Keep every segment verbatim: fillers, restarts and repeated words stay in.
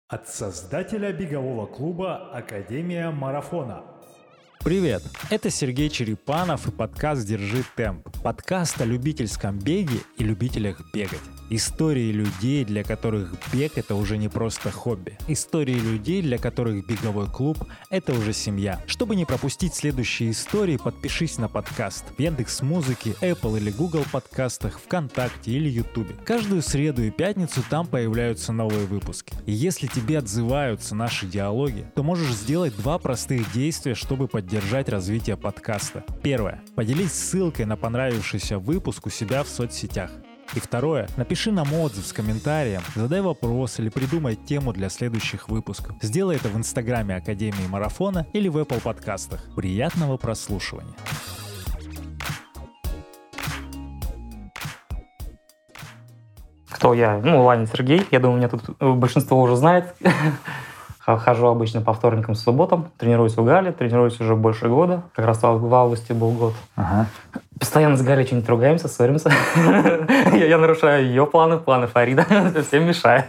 От создателя бегового клуба «Академия марафона». Привет! Это Сергей Черепанов и подкаст «Держи темп». Подкаст о любительском беге и любителях бегать. Истории людей, для которых бег — это уже не просто хобби. Истории людей, для которых беговой клуб — это уже семья. Чтобы не пропустить следующие истории, подпишись на подкаст в Яндекс.Музыке, Apple или Google подкастах, ВКонтакте или Ютубе. Каждую среду и пятницу там появляются новые выпуски. И если тебе отзываются наши диалоги, то можешь сделать два простых действия, чтобы поддержать развитие подкаста. Первое. Поделись ссылкой на понравившийся выпуск у себя в соцсетях. И второе, напиши нам отзыв с комментарием, задай вопрос или придумай тему для следующих выпусков. Сделай это в Инстаграме Академии марафона или в Apple подкастах. Приятного прослушивания. Кто я? Ну, Ланин Сергей. Я думаю, меня тут большинство уже знает. Хожу обычно по вторникам и субботам. Тренируюсь в Гале. Тренируюсь уже больше года. Как раз в августе был год. Ага. Постоянно с Галей что-нибудь ругаемся, ссоримся. Я нарушаю ее планы, планы Фарида. Всем мешаю.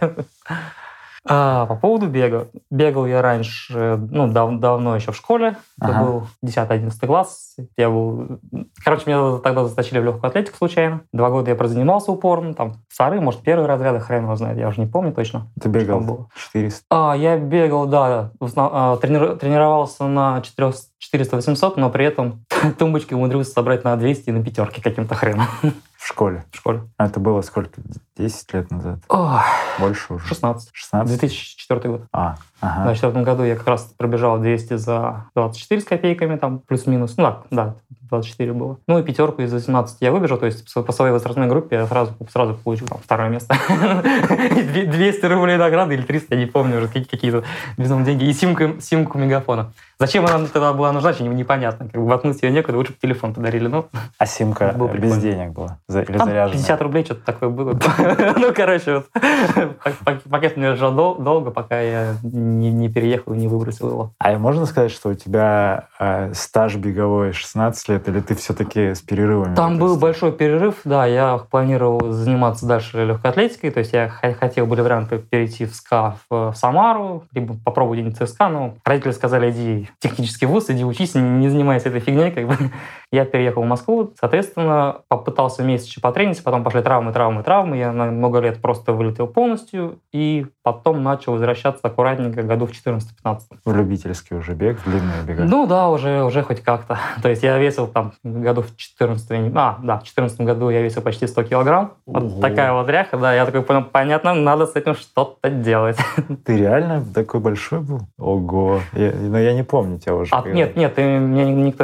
А, по поводу бега. Бегал я раньше, ну, дав- давно еще в школе. Это ага. был десятый-одиннадцатый класс. Я был... Короче, меня тогда затащили в легкую атлетику случайно. Два года я прозанимался упорно. Там вторые, может, первые разряды, хрен его знает. Я уже не помню точно. Ты бегал четыреста? А, я бегал, да. Трени- тренировался на четыреста-восемьсот, но при этом тумбочки умудрился собрать на двести и на пятерке каким-то хреном. В школе? В школе. А это было сколько? десять лет назад? Ох, больше уже? шестнадцать. шестнадцать? две тысячи четвёртый год. А, ага. Да, в две тысячи четвёртом году я как раз пробежал двести за двадцать четыре с копейками, там, плюс-минус. Ну да, да, двадцать четыре было. Ну и пятерку из восемнадцати я выбежал, то есть по своей возрастной группе я сразу, сразу получил там, второе место. двести рублей награды или триста, я не помню уже, какие-то безумные деньги. И симку, симку мегафона. Зачем она тогда была нужна, очень непонятно. Как бы воткнуть ее некуда, лучше бы телефон подарили. Ну, а симка без денег была? Или заряженная? пятьдесят рублей, что-то такое было. Ну, короче, вот. Пакет у меня лежал долго, пока я не переехал и не выбросил его. А можно сказать, что у тебя стаж беговой шестнадцать лет, или ты все-таки с перерывами? Там был большой перерыв, да. Я планировал заниматься дальше легкой атлетикой. То есть я хотел, были варианты перейти в СКА в Самару, либо попробовать где-нибудь ЦСКА, но родители сказали, иди в технический вуз, иди учись, не занимайся этой фигней. Как бы. Я переехал в Москву, соответственно, попытался месяц еще потрениться, потом пошли травмы, травмы, травмы. Я на много лет просто вылетел полностью, и потом начал возвращаться аккуратненько году в четырнадцатом-пятнадцатом. В любительский уже бег, в длинные бега? Ну да, уже, уже хоть как-то. То есть я весил там году в четырнадцатом, а, да, в четырнадцатом году я весил почти сто килограмм. Вот Ого. Такая вот ряха, да. Я такой понял, понятно, надо с этим что-то делать. Ты реально такой большой был? Ого. Я, но я не помню тебя уже. А, нет, нет, меня никто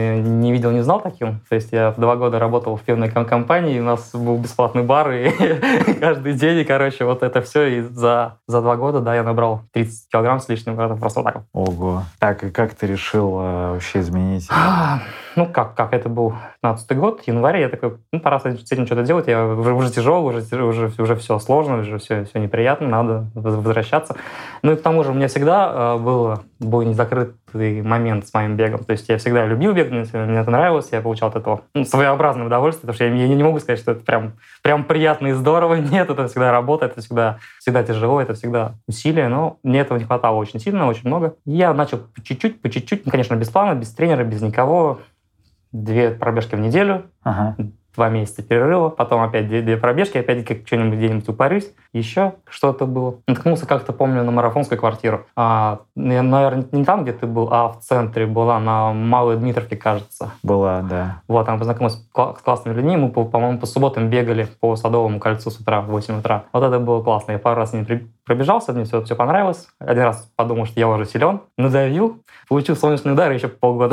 не видел, не знал таким. То есть я в два года работал в пивной компании, у нас был бесплатный бар, и каждый день, и, короче, вот это все. И за, за два года, да, я набрал тридцать килограмм с лишним, просто так. Ого. Так, и как ты решил э, вообще изменить? Ну, как, как, это был пятнадцатый год, январь, я такой, ну, пора с этим что-то делать, я уже, уже тяжело, уже, уже, уже все сложно, уже все, все неприятно, надо возвращаться. Ну, и к тому же у меня всегда э, было, был незакрытый момент с моим бегом, то есть я всегда любил бег, мне, мне это нравилось, я получал от этого ну, своеобразное удовольствие, потому что я, я не могу сказать, что это прям, прям приятно и здорово, нет, это всегда работа, это всегда, всегда тяжело, это всегда усилие, но мне этого не хватало очень сильно, очень много. И я начал по чуть-чуть, по чуть-чуть, ну, конечно, без плана, без тренера, без никого, две пробежки в неделю, ага. два месяца перерыва, потом опять две, две пробежки, опять как что-нибудь где-нибудь упарюсь, еще что-то было. Наткнулся как-то, помню, на марафонскую квартиру. А, я, наверное, не там, где ты был, а в центре была, на Малой Дмитровке, кажется. Была, да. Вот, там познакомился с классными людьми, мы, по-моему, по субботам бегали по Садовому кольцу с утра в восемь утра. Вот это было классно. Я пару раз с ними пробежался, мне все, все понравилось. Один раз подумал, что я уже силен, надавил, получил солнечный удар и еще полгода.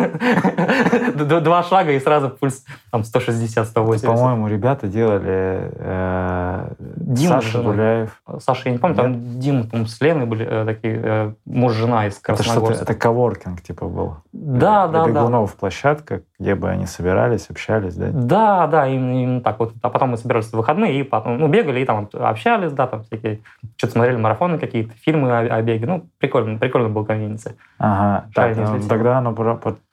Два шага и сразу пульс там сто шестьдесят - сто восемьдесят. По-моему, ребята делали э, Саша Гуляев. Саша, я не помню, там Дима, по-моему, с Леной были э, такие, э, муж-жена из Красногорска. Это, это коворкинг типа был? Да, Для да, бегунов да. площадка, где бы они собирались, общались, да? Да, да, именно, именно так. Вот. А потом мы собирались в выходные и потом, ну, бегали и там общались, да, там всякие, что-то смотрели марафоны какие-то, фильмы о, о беге. Ну, прикольно, прикольно было конвенция. Ага, так, ну, тогда оно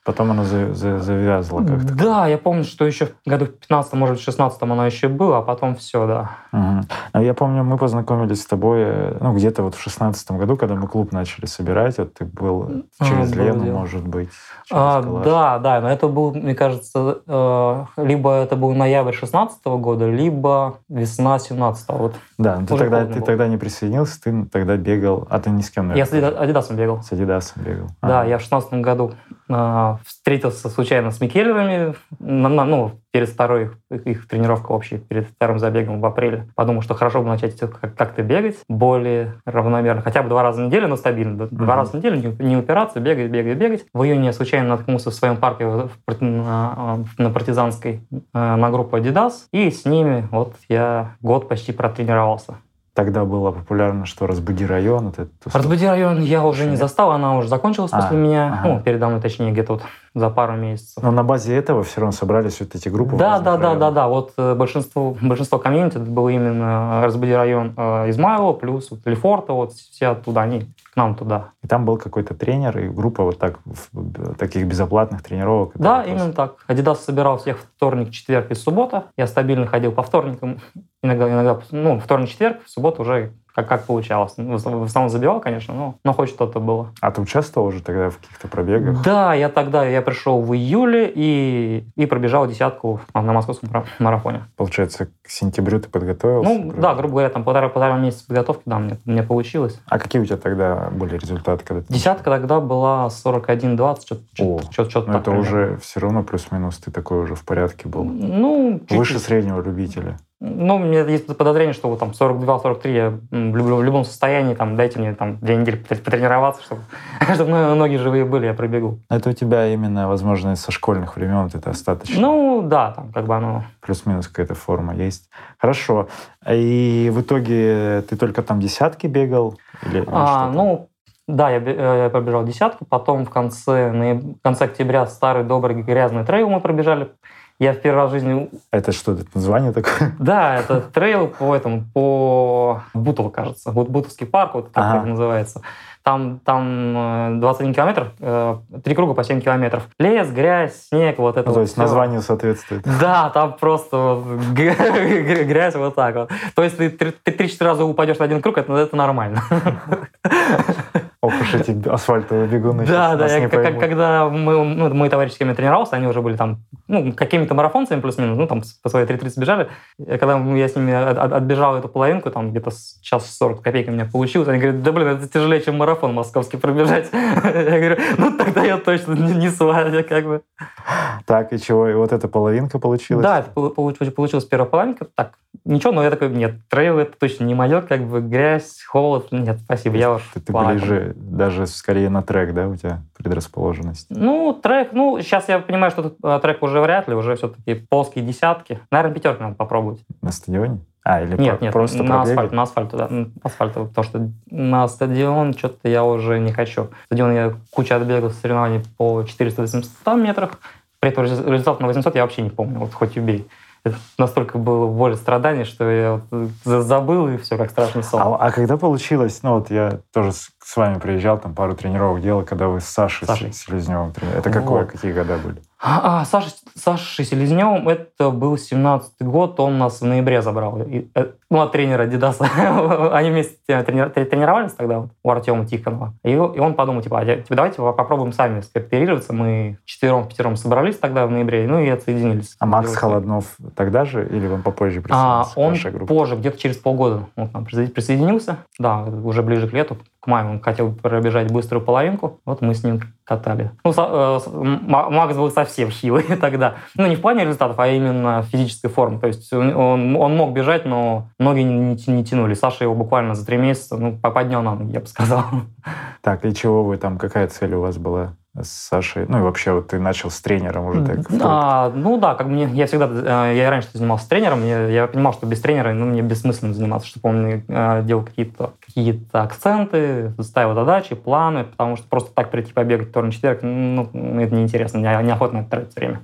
Потом оно за, за, завязало как-то. Да, я помню, что еще в году в пятнадцатом, может быть, в шестнадцатом оно еще было, а потом все, да. Угу. Я помню, мы познакомились с тобой, ну, где-то вот в шестнадцатом году, когда мы клуб начали собирать, вот ты был через а, Лену, дело. может быть, через а, Да, да, но это был, мне кажется, э, либо это был ноябрь шестнадцатого года, либо весна семнадцатого. Вот. Да, ты, тогда, ты тогда не присоединился, ты тогда бегал, а ты ни с кем, наверное? Я с Адидасом бегал. С Адидасом бегал. Да, а. я в шестнадцатом году э, встретился случайно с Микелевыми, на, на, ну, перед второй их, их тренировкой общей, перед вторым забегом в апреле. Подумал, что хорошо бы начать как- как-то бегать более равномерно. Хотя бы два раза в неделю, но стабильно. Mm-hmm. Два раза в неделю, не, не упираться, бегать, бегать, бегать. В июне я случайно наткнулся в своем парке в, в, на, на Партизанской на группу Adidas. И с ними вот я год почти протренировался. Тогда было популярно, что «Разбуди район». Вот «Разбуди район» я уже не застал, она уже закончилась а, после меня. Ага. Ну, передо мной, точнее, где-то вот за пару месяцев. Но на базе этого все равно собрались вот эти группы? Да, да, да, да, да. Вот большинство, большинство комьюнити было именно «Разбуди район» Измайлова, плюс вот Лефорта, вот все оттуда, они к нам туда. И там был какой-то тренер, и группа вот так, таких безоплатных тренировок? Да, просто... именно так. Adidas собирал всех вторник, четверг и суббота. Я стабильно ходил по вторникам. Иногда, иногда ну, вторник, четверг, в субботу уже как, как получалось. В основном забивал, конечно, но, но хоть что-то было. А ты участвовал уже тогда в каких-то пробегах? Да, я тогда я пришел в июле и, и пробежал десятку на московском марафоне. Получается, к сентябрю ты подготовился? Ну, правильно? Да, грубо говоря, там полтора, полтора месяца подготовки, да, мне, мне получилось. А какие у тебя тогда были результаты? Когда ты... Десятка тогда была сорок один двадцать, что-то, что-то, что-то, что-то ну, так. это примерно. Уже все равно плюс-минус ты такой уже в порядке был? Ну, чуть-чуть. Выше среднего любителя? Ну, у меня есть подозрение, что вот там сорок два сорок три я в любом состоянии, там, дайте мне там две недели потренироваться, чтобы, чтобы ноги живые были, я пробегу. Это у тебя именно, возможно, со школьных времен это остаточно? Ну, да, там как бы оно... Плюс-минус какая-то форма есть. Хорошо. И в итоге ты только там десятки бегал? Или, а, ну, да, я, я пробежал десятку, потом в конце, в конце октября старый добрый грязный трейл мы пробежали. Я в первый раз в жизни... Это что, это название такое? Да, это трейл по этому, по Бутово, кажется. Вот Бутовский парк, вот так ага. это называется. Там, там двадцать один километр, три круга по семь километров. Лес, грязь, снег, вот это ну, вот то есть все. Названию соответствует. Да, там просто вот грязь вот так вот. То есть ты три-четыре раза упадешь на один круг, это, это нормально. Ох уж эти асфальтовые бегуны. Да, да, я, как, когда мы, ну, мой товарищ, с кем я тренировался, они уже были там, ну, какими-то марафонцами плюс-минус, ну, там по своей три тридцать бежали. И когда я с ними от, от, отбежал эту половинку, там где-то час сорок копеек у меня получилось, они говорят, да блин, это тяжелее, чем марафон московский пробежать. Я говорю, ну, тогда я точно не с вами, как бы. Так, и чего? И вот эта половинка получилась? Да, это получилась первая половинка. Так, ничего, но я такой, нет, трейл это точно не мое, как бы грязь, холод. Нет, спасибо, я уж Ты, ты ближе, даже скорее на трек, да, у тебя предрасположенность? Ну, трек, ну, сейчас я понимаю, что тут трек уже вряд ли, уже все-таки плоские десятки. Наверное, пятерки надо попробовать. На стадионе? А, или нет, про- нет, просто на пробегать? асфальт, на асфальт, да, на асфальт, потому что на стадион что-то я уже не хочу. Стадион я куча отбегал соревнований по четыреста-восемьсот метрах, при этом результат на восемьсот я вообще не помню, вот хоть убей. Это настолько было боль страданий, что я вот забыл, и все, как страшный сон. А, а когда получилось, ну вот я тоже с, с вами приезжал, там пару тренировок делал, когда вы с Сашей, Сашей. Селезневым тренировали. Это какое, вот. Какие года были? А, Саша, Саша Селезневым, это был семнадцатый год, он нас в ноябре забрал. И, ну, от тренера Адидаса. Они вместе тренировались тогда вот, у Артема Тихонова. И, и он подумал, типа, а, типа, давайте попробуем сами скооперироваться. Мы четвером-пятером собрались тогда в ноябре, ну и отсоединились. А Макс Холоднов тогда же или он попозже присоединился а, к вашей группе? Он позже, где-то через полгода он к нам присоединился. Да, уже ближе к лету, к маю он хотел пробежать быструю половинку. Вот мы с ним катали. Ну, со, э, Макс был совсем хилый тогда. Ну, не в плане результатов, а именно физической формы. То есть он, он мог бежать, но ноги не, не тянули. Саша его буквально за три месяца ну, поднял на ноги, я бы сказал. Так, и чего вы там, какая цель у вас была с Сашей? Ну и вообще вот ты начал с тренером уже так? А, ну да, как мне, я всегда, я раньше занимался тренером, я, я понимал, что без тренера ну, мне бессмысленно заниматься, чтобы он делал какие-то, какие-то акценты, ставил задачи, планы, потому что просто так прийти побегать вторник-четверг, ну, это неинтересно, мне неохота на это тратить время.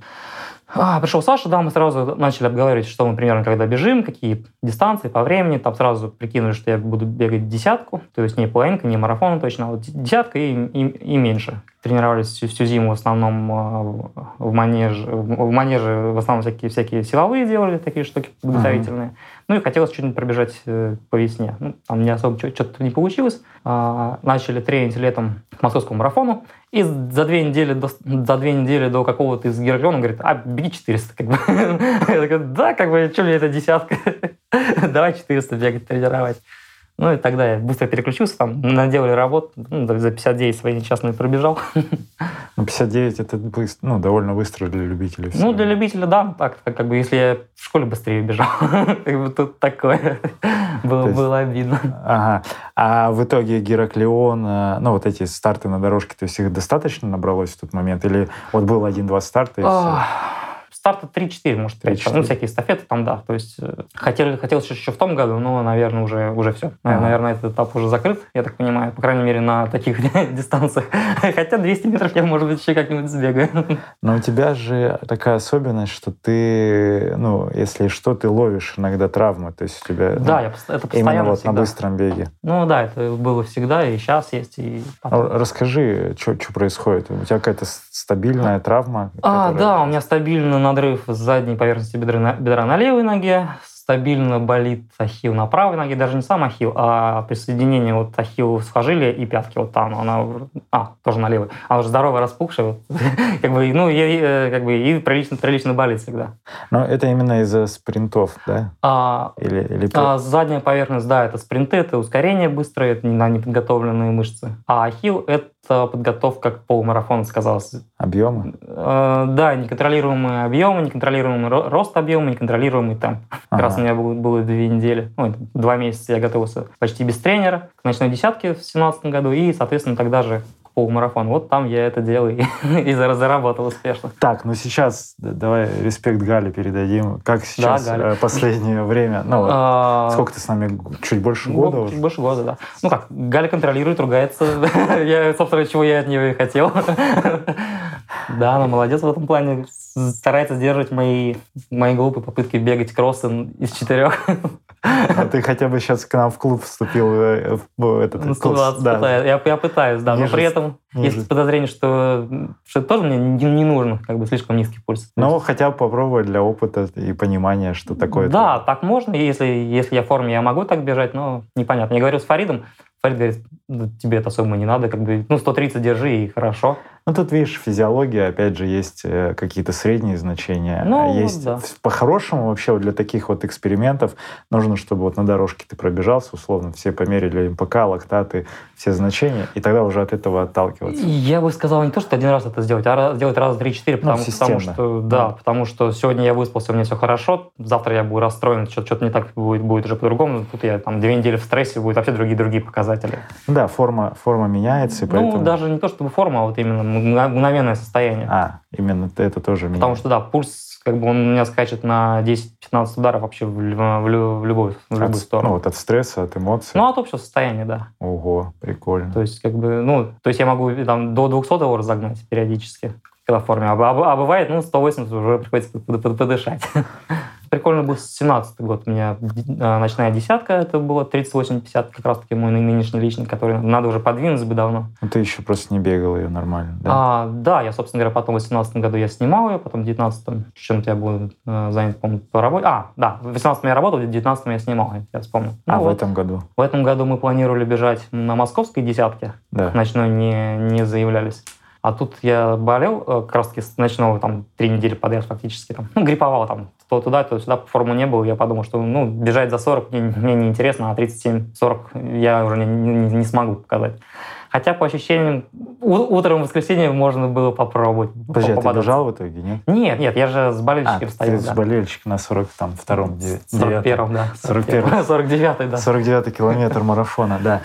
А, пришел Саша, да, мы сразу начали обговаривать, что мы примерно когда бежим, какие дистанции по времени. Там сразу прикинули, что я буду бегать десятку, то есть не половинка, не марафон точно, а вот десятка и, и, и меньше. тренировались всю, всю зиму в основном в манеже. В манеже в основном всякие, всякие силовые делали, такие штуки подготовительные. Uh-huh. Ну и хотелось что-нибудь пробежать по весне. Ну, там не особо что-то не получилось. А, начали тренить летом к московскому марафону. И за две недели до, за две недели до какого-то из Гераклиона говорит, а, беги четыреста. Как бы. Я такой, да, как бы, что мне эта десятка? Давай четыреста бегать, тренировать. Ну и тогда я быстро переключился, там наделали работу, ну, за пятьдесят девять свои несчастные пробежал. Ну, пятьдесят девять это быстро, ну, довольно быстро для любителей. Ну, для любителя, да. Так, как, как бы, если я в школе быстрее бежал, как бы тут такое было, есть, было обидно. Ага. А в итоге Гераклион, ну, вот эти старты на дорожке, то есть их достаточно набралось в тот момент? Или вот был один-два старта и все? Старта три-четыре, может, пять. Ну, всякие эстафеты там, да. То есть хотели, хотелось еще в том году, но, наверное, уже, уже все. Ага. Наверное, этот этап уже закрыт, я так понимаю. По крайней мере, на таких дистанциях. Хотя двести метров я, может быть, еще как-нибудь сбегаю. Но у тебя же такая особенность, что ты, ну, если что, ты ловишь иногда травмы. То есть у тебя... Да, ну, я, это постоянно именно вот всегда. На быстром беге. Ну да, это было всегда, и сейчас есть, и потом. Расскажи, что происходит? У тебя какая-то стабильная травма? А, которая... да, у меня стабильно надрыв с задней поверхности бедра, бедра на левой ноге, стабильно болит ахилл на правой ноге, даже не сам ахилл, а присоединение вот ахилла сухожилия и пятки, вот там, она, а, тоже на левой, она уже здоровая, распухшая, вот, как бы, ну, и, как бы, и прилично, прилично болит всегда. Но это именно из-за спринтов, да? А, или, или а, задняя поверхность, да, это спринты, это ускорение быстрое, это на неподготовленные мышцы, а ахилл — это подготовка к полумарафону, сказалось. Объемы? Э, да, неконтролируемые объемы, неконтролируемый рост объема, неконтролируемый темп. Ага. Как раз у меня было, было две недели, ну, два месяца я готовился почти без тренера к ночной десятке в две тысячи семнадцатом году и, соответственно, тогда же к полумарафону. Вот там я это делал и, и заработал успешно. Так, ну сейчас давай респект Гале передадим. Как сейчас да, последнее время? Ну, а... сколько ты с нами? Чуть больше года ну, уже? Чуть больше года, да. Ну как, Галя контролирует, ругается. я, собственно, чего я от нее и хотел. Да, она молодец в этом плане. Старается сдерживать мои, мои глупые попытки бегать кроссы из четырех. А ты хотя бы сейчас к нам в клуб вступил в этот ну, клуб? Да. Я, я пытаюсь, да. Ниже, но при этом ниже. Есть подозрение, что, что это тоже мне не, не нужно, как бы слишком низкий пульс. Ну, хотя бы попробовать для опыта и понимания, что такое. Да, это. Так можно. Если, если я в форме, я могу так бежать, но непонятно. Я говорю с Фаридом, Фарид говорит, тебе это особо не надо, как бы, ну, сто тридцать держи, и хорошо. Ну, тут, видишь, физиология, опять же, есть какие-то средние значения. Ну, есть да. По-хорошему вообще вот для таких вот экспериментов нужно, чтобы вот на дорожке ты пробежался, условно, все померили эм пэ ка, лактаты, все значения, и тогда уже от этого отталкиваться. Я бы сказал не то, что один раз это сделать, а сделать раз, три-четыре, потому, ну, потому что, да, да, потому что сегодня я выспался, у меня все хорошо, завтра я буду расстроен, что-то, что-то не так будет, будет уже по-другому, тут я там две недели в стрессе, будут вообще другие-другие показатели. Да, форма, форма меняется, и поэтому... Ну, даже не то, чтобы форма, а вот именно мгновенное состояние. А, именно это тоже меняется. Потому что, да, пульс, как бы он у меня скачет на десять-пятнадцать ударов вообще в, в, в, любую, в любую от, сторону. Ну, вот от стресса, от эмоций. Ну, от общего состояния, да. Ого, прикольно. То есть, как бы, ну, то есть я могу там до двухсот его разогнать периодически, когда в форме. А, а, а бывает, ну, сто восемьдесят уже приходится подышать. Прикольно был семнадцатый год. У меня ночная десятка, это было тридцать восемь пятьдесят, как раз-таки мой нынешний личный, который надо уже подвинуть бы давно. Ну, ты еще просто не бегал ее нормально, да? А, да, я, собственно говоря, потом в восемнадцатом году я снимал ее, потом в девятнадцатом чем-то я буду э, занят, по-моему, по работе. А, да, в восемнадцатом я работал, в девятнадцатом я снимал, я вспомнил. А ну, в вот. этом году? В этом году мы планировали бежать на московской десятке, да. Ночной не, не заявлялись. А тут я болел, как раз-таки с ночного там три недели подряд фактически. Там, ну, грипповал там. То туда, то сюда, по форму не было. Я подумал, что ну, бежать за сорок мне, мне неинтересно, а тридцать семь сорок я уже не, не, не смогу показать. Хотя, по ощущениям, у, утром в воскресенье можно было попробовать. Подожди, а ты бежал в итоге, нет? Нет, нет, я же с болельщиком а, стоял. ты да. с болельщиком на сорок втором, сорок первом, да. сорок первом. сорок девятый, да. сорок девятый километр марафона, да.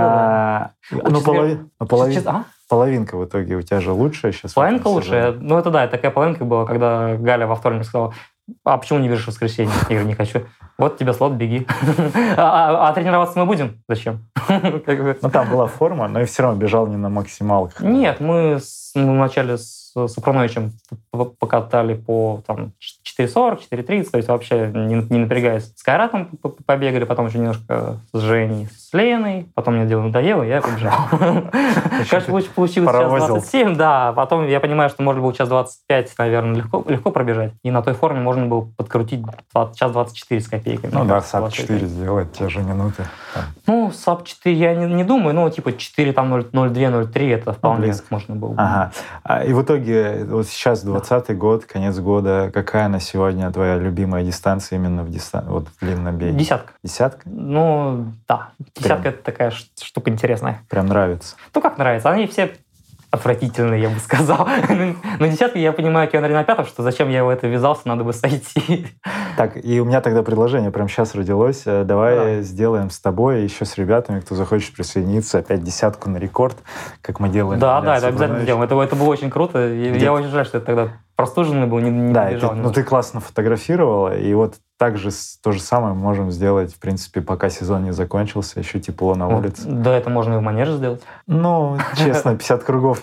Ну, половина... Половинка в итоге у тебя же лучшая сейчас? Половинка лучшая. Ну, это да, такая половинка была, когда Галя во вторник сказала, а почему не бежишь в воскресенье? Я говорю, не хочу. Вот тебе слот, беги. а, а, а тренироваться мы будем? Зачем? Ну, там была форма, но и все равно бежал не на максималках. Нет, мы мы вначале с Супруновичем покатали по там, четыре сорок, четыре тридцать, то есть вообще не, не напрягаясь. С Кайратом побегали, потом еще немножко с Женей, с Леной, потом мне дело надоело, и я побежал. Конечно, получилось час двадцать семь, да, потом я понимаю, что можно было час двадцать пять, наверное, легко, легко пробежать, и на той форме можно было подкрутить час двадцать четыре с копейками. Ну да, САП четыре сделать, те же минуты. Ну, САП четыре я не, не думаю, ну, типа четыре, там, ноль два ноль три, это вполне ну, можно было. Ага. И в итоге, вот сейчас двадцатый год, конец года, какая на сегодня твоя любимая дистанция именно в, дистан... вот, в длинном беге? Десятка. Десятка? Ну, да. Десятка Прям... — это такая штука интересная. Прям нравится? Ну, как нравится. Они все отвратительные, я бы сказал. На десятке я понимаю Киану Ренапятов, что зачем я в это ввязался, надо бы сойти. Так, и у меня тогда предложение прямо сейчас родилось. Давай да. сделаем с тобой, еще с ребятами, кто захочет присоединиться, опять десятку на рекорд, как мы делаем. Да, да, это обязательно сделаем. Это, это было очень круто. Я, я очень жаль, что это тогда простуженный был, не, не да, побежал. Да, ну ты классно фотографировала, и вот также то же самое можем сделать, в принципе, пока сезон не закончился, еще тепло на улице. Да, это можно и в манеже сделать. Ну, честно, пятьдесят кругов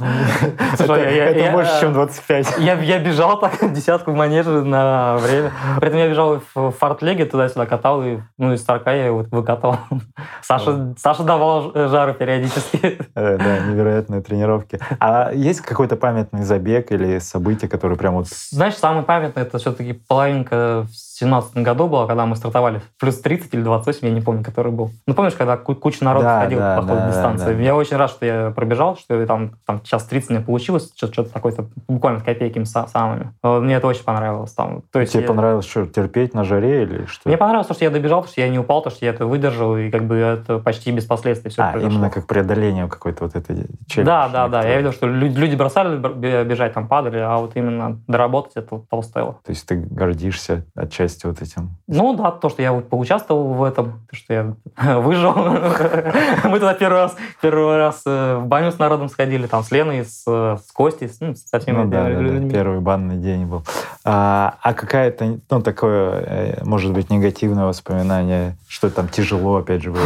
это больше, чем двадцать пять. Я бежал так, десятку в манеже на время. При этом я бежал в фартлеге, туда-сюда катал, и ну из старка я его выкатывал. Саша давал жару периодически. Да, невероятные тренировки. А есть какой-то памятный забег или событие, которое прям вот... Знаешь, самое памятное, это все-таки половинка в семнадцатом году была, когда мы стартовали. Плюс тридцать или двадцать восемь, я не помню, который был. Ну, помнишь, когда куча народа да, ходила да, по ходу да, дистанции? Да, да. Я очень рад, что я пробежал, что там, там час тридцать мне получилось, что-то такое-то, буквально копейки самыми. Мне это очень понравилось. Там. То есть Тебе я... понравилось что, терпеть на жаре или что? Мне понравилось то, что я добежал, потому что я не упал, то, что я это выдержал, и как бы это почти без последствий все а, произошло. Именно как преодоление какой-то вот этой челленджи. Да, да, да. Я видел, что люди бросали бежать, там падали, а вот именно доработать это того стоило. То есть ты гордишься отчасти вот этим? Ну да, то, что я поучаствовал в этом, то, что я выжил. Мы туда первый раз, первый раз в баню с народом сходили, там с Леной, с, с Костей, ну, со всеми ну, да, людьми. Да, первый банный день был. А, а какая-то, ну, такое, может быть, негативное воспоминание, что там тяжело, опять же, было?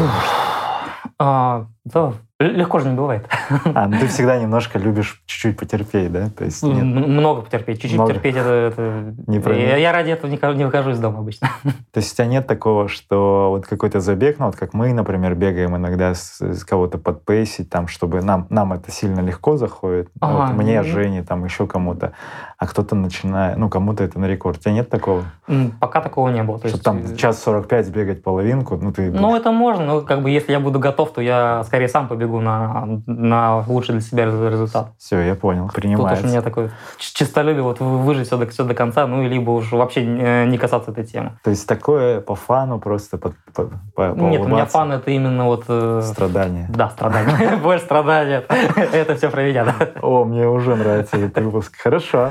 А, да, легко же не бывает. А, ну ты всегда немножко любишь чуть-чуть потерпеть, да? То есть нет... Много потерпеть. Чуть-чуть Много. потерпеть, это... это... Не я, я ради этого не, не выхожу из дома обычно. То есть у тебя нет такого, что вот какой-то забег, ну вот как мы, например, бегаем иногда с, с кого-то подпейсить, там, чтобы нам, нам это сильно легко заходит. Ага, вот мне, ну... Жене, там еще кому-то. А кто-то начинает, ну кому-то это на рекорд. У тебя нет такого? Пока такого не было. То что есть... там час сорок пять бегать половинку, ну ты... Ну это можно, но как бы если я буду готов, то я скорее сам побегу на, на лучший для себя результат. Все, я понял, принимается. Тут уж у меня такое честолюбие, вот выжить все до, все до конца, ну, либо уж вообще не касаться этой темы. То есть такое по фану просто по, по, по, Нет, у меня фан — это именно вот... Страдания. Да, страдания. Больше страдания. Это все про меня, да. О, мне уже нравится этот выпуск. Хорошо.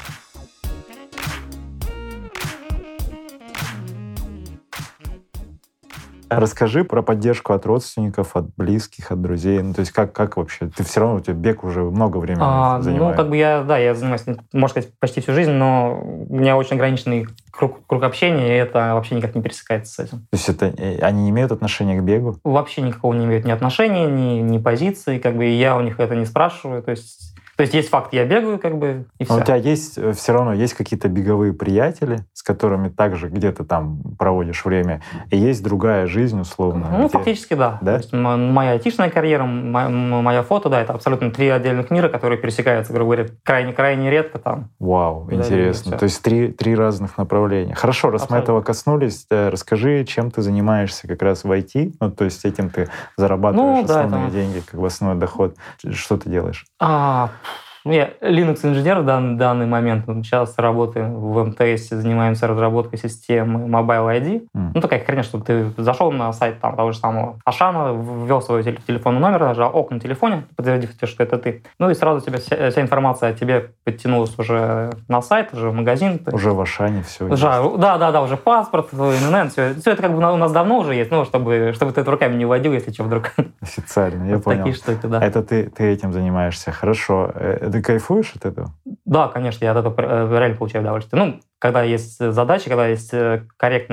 Расскажи про поддержку от родственников, от близких, от друзей. Ну, то есть как, как вообще? Ты все равно, у тебя бег уже много времени а, занимает. Ну, как бы я, да, я занимаюсь, можно сказать, почти всю жизнь, но у меня очень ограниченный круг, круг общения, и это вообще никак не пересекается с этим. То есть это, они не имеют отношения к бегу? Вообще никакого не имеют ни отношения, ни, ни позиции, как бы, и я у них это не спрашиваю, то есть... То есть есть факт, я бегаю, как бы, и все. Но у тебя есть, все равно есть какие-то беговые приятели, с которыми также где-то там проводишь время, и есть другая жизнь, условно? Ну, где... фактически, да. да? То есть моя айтишная карьера, моя, моя фото, да, это абсолютно три отдельных мира, которые пересекаются, грубо говоря, крайне-крайне редко там. Вау, да, интересно. То есть три, три разных направления. Хорошо, раз абсолютно. Мы этого коснулись, расскажи, чем ты занимаешься как раз в ай ти, ну, то есть этим ты зарабатываешь ну, да, основные это... деньги, как бы основной доход. Что ты делаешь? А... Ну, я Linux-инженер в дан, данный момент. Сейчас работаем в эм тэ эс, занимаемся разработкой системы Mobile ай ди. Mm. Ну, такая хрень, чтобы ты зашел на сайт там, того же самого Ашана, ввел свой телефонный номер, нажал ок на телефоне, подтвердив, что это ты. Ну, и сразу тебе вся, вся информация о тебе подтянулась уже на сайт, уже в магазин. Уже в Ашане все уже, Да, да, да, уже паспорт, эн эн эн, все, все это как бы у нас давно уже есть, ну, чтобы, чтобы ты это руками не вводил, если что, вдруг. Официально, я вот понял. Такие штуки, да. Это ты, ты этим занимаешься, хорошо. Ты кайфуешь от этого? Да, конечно, я от этого реально получаю удовольствие. Ну, когда есть задачи, когда есть корректные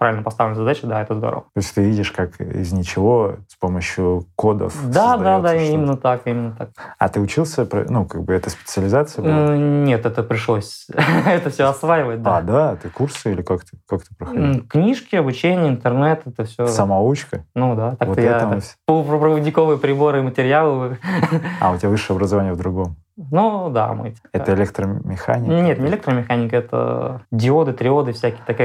правильно поставлены задачи, да, это здорово. То есть ты видишь, как из ничего с помощью кодов Да, да, да, что-то. именно так, именно так. А ты учился, ну, как бы это специализация была? Нет, это пришлось это все осваивать, да. А, да? Ты курсы или как ты, как ты проходил? Книжки, обучение, интернет, это все. Самоучка? Ну да, так-то вот я полупроводниковые приборы и материалы. А, у тебя высшее образование в другом? Ну, да, мы... Это электромеханика? Нет, не электромеханика, это диоды, триоды, всякие, такая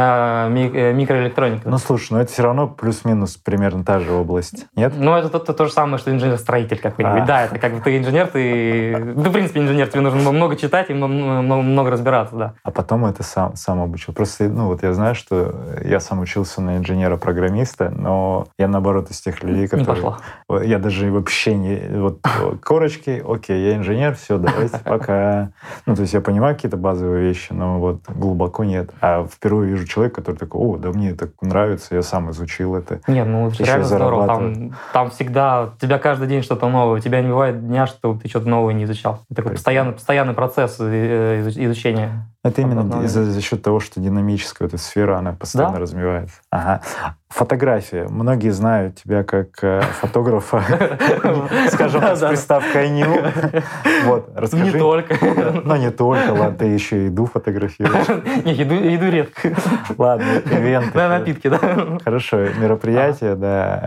ми- микроэлектроника. Ну, слушай, ну это все равно плюс-минус примерно та же область, нет? Ну, это то, то, то же самое, что инженер-строитель какой-нибудь. А. Да, это как бы ты инженер, ты... Ты, в принципе, инженер, тебе нужно много читать и много, много разбираться, да. А потом это сам, сам обучил. Просто, ну, вот я знаю, что я сам учился на инженера-программиста, но я, наоборот, из тех людей, которые... Не пошло. Я даже вообще не... Вот корочки, окей, я инженер, все, давайте, пока. Ну, то есть я понимаю какие-то базовые вещи, но вот глубоко нет. А впервые вижу человека, который такой, о, да мне так нравится, я сам изучил это. Нет, ну это реально здорово. Там, там всегда, у тебя каждый день что-то новое. У тебя не бывает дня, что ты что-то новое не изучал. Это такой постоянный, постоянный процесс изучения. Это именно за, за счет того, что динамическая эта сфера, она постоянно да? развивается. Ага. Фотография. Многие знают тебя как фотографа, скажем так, с приставкой «ню». Вот, расскажи. Не только. Ну, не только, ладно, ты еще еду фотографируешь. Не, еду редко. Ладно, ивенты. Да, напитки, да. Хорошо, мероприятия,